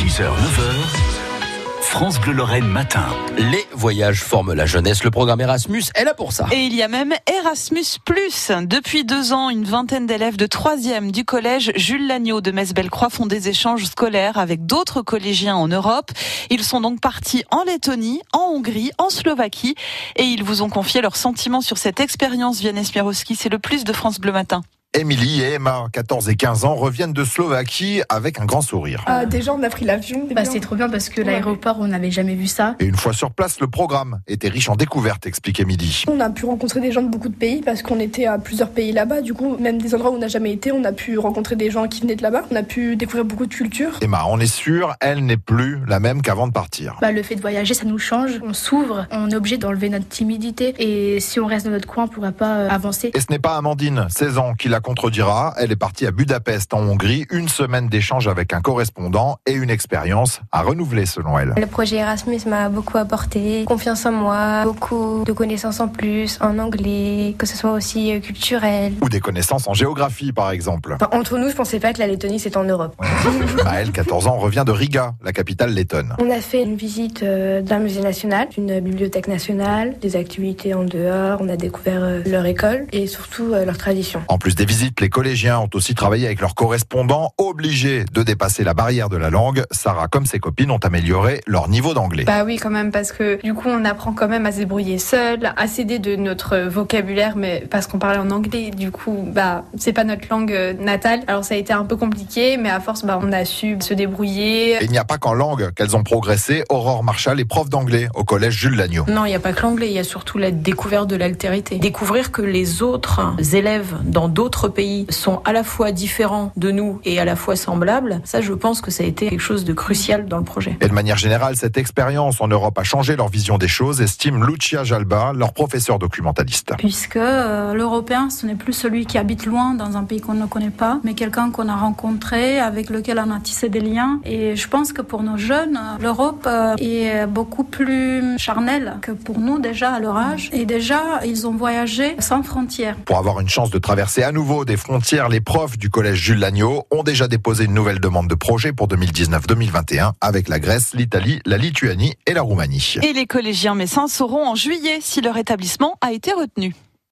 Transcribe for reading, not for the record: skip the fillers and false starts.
6h-9h, France Bleu Lorraine matin. Les voyages forment la jeunesse. Le programme Erasmus est là pour ça. Et il y a même Erasmus+. Depuis 2 ans, une vingtaine d'élèves de 3e du collège Jules Lagneau de Metz-Bellecroix font des échanges scolaires avec d'autres collégiens en Europe. Ils sont donc partis en Lettonie, en Hongrie, en Slovaquie. Et ils vous ont confié leurs sentiments sur cette expérience. Vianney Smirowski, c'est le plus de France Bleu matin. Émilie et Emma, 14 et 15 ans, reviennent de Slovaquie avec un grand sourire. Déjà, on a pris l'avion. C'est trop bien parce que l'aéroport, on n'avait jamais vu ça. Et une fois sur place, le programme était riche en découvertes, explique Émilie. On a pu rencontrer des gens de beaucoup de pays parce qu'on était à plusieurs pays là-bas. Du coup, même des endroits où on n'a jamais été, on a pu rencontrer des gens qui venaient de là-bas. On a pu découvrir beaucoup de cultures. Emma, on est sûr, elle n'est plus la même qu'avant de partir. Le fait de voyager, ça nous change. On s'ouvre, on est obligé d'enlever notre timidité. Et si on reste dans notre coin, on ne pourra pas avancer. Et ce n'est pas Amandine, 16 ans, qui la contredira. Elle est partie à Budapest, en Hongrie, 1 semaine d'échange avec un correspondant et une expérience à renouveler selon elle. Le projet Erasmus m'a beaucoup apporté, confiance en moi, beaucoup de connaissances en plus, en anglais, que ce soit aussi culturel. Ou des connaissances en géographie, par exemple. Entre nous, je pensais pas que la Lettonie c'était en Europe. Maëlle, 14 ans, revient de Riga, la capitale lettonne. On a fait une visite d'un musée national, d'une bibliothèque nationale, des activités en dehors, on a découvert leur école et surtout leur tradition. En plus des visites, les collégiens ont aussi travaillé avec leurs correspondants, obligés de dépasser la barrière de la langue. Sarah, comme ses copines, ont amélioré leur niveau d'anglais. Oui, quand même, parce que du coup, on apprend quand même à se débrouiller seul, à s'aider de notre vocabulaire, mais parce qu'on parlait en anglais, du coup, c'est pas notre langue natale. Alors ça a été un peu compliqué, mais à force, on a su se débrouiller. Et il n'y a pas qu'en langue qu'elles ont progressé. Aurore Marchal est prof d'anglais au collège Jules Lagneau. Non, il n'y a pas que l'anglais, il y a surtout la découverte de l'altérité. Découvrir que les autres élèves dans d'autres pays sont à la fois différents de nous et à la fois semblables, ça je pense que ça a été quelque chose de crucial dans le projet. Et de manière générale, cette expérience en Europe a changé leur vision des choses, estime Lucia Jalba, leur professeur documentaliste. Puisque l'Européen, ce n'est plus celui qui habite loin dans un pays qu'on ne connaît pas, mais quelqu'un qu'on a rencontré, avec lequel on a tissé des liens. Et je pense que pour nos jeunes, l'Europe est beaucoup plus charnelle que pour nous déjà à leur âge. Et déjà, ils ont voyagé sans frontières. Pour avoir une chance de traverser à nouveau des frontières, les profs du collège Jules Lagneau ont déjà déposé une nouvelle demande de projet pour 2019-2021 avec la Grèce, l'Italie, la Lituanie et la Roumanie. Et les collégiens messins sauront en juillet si leur établissement a été retenu.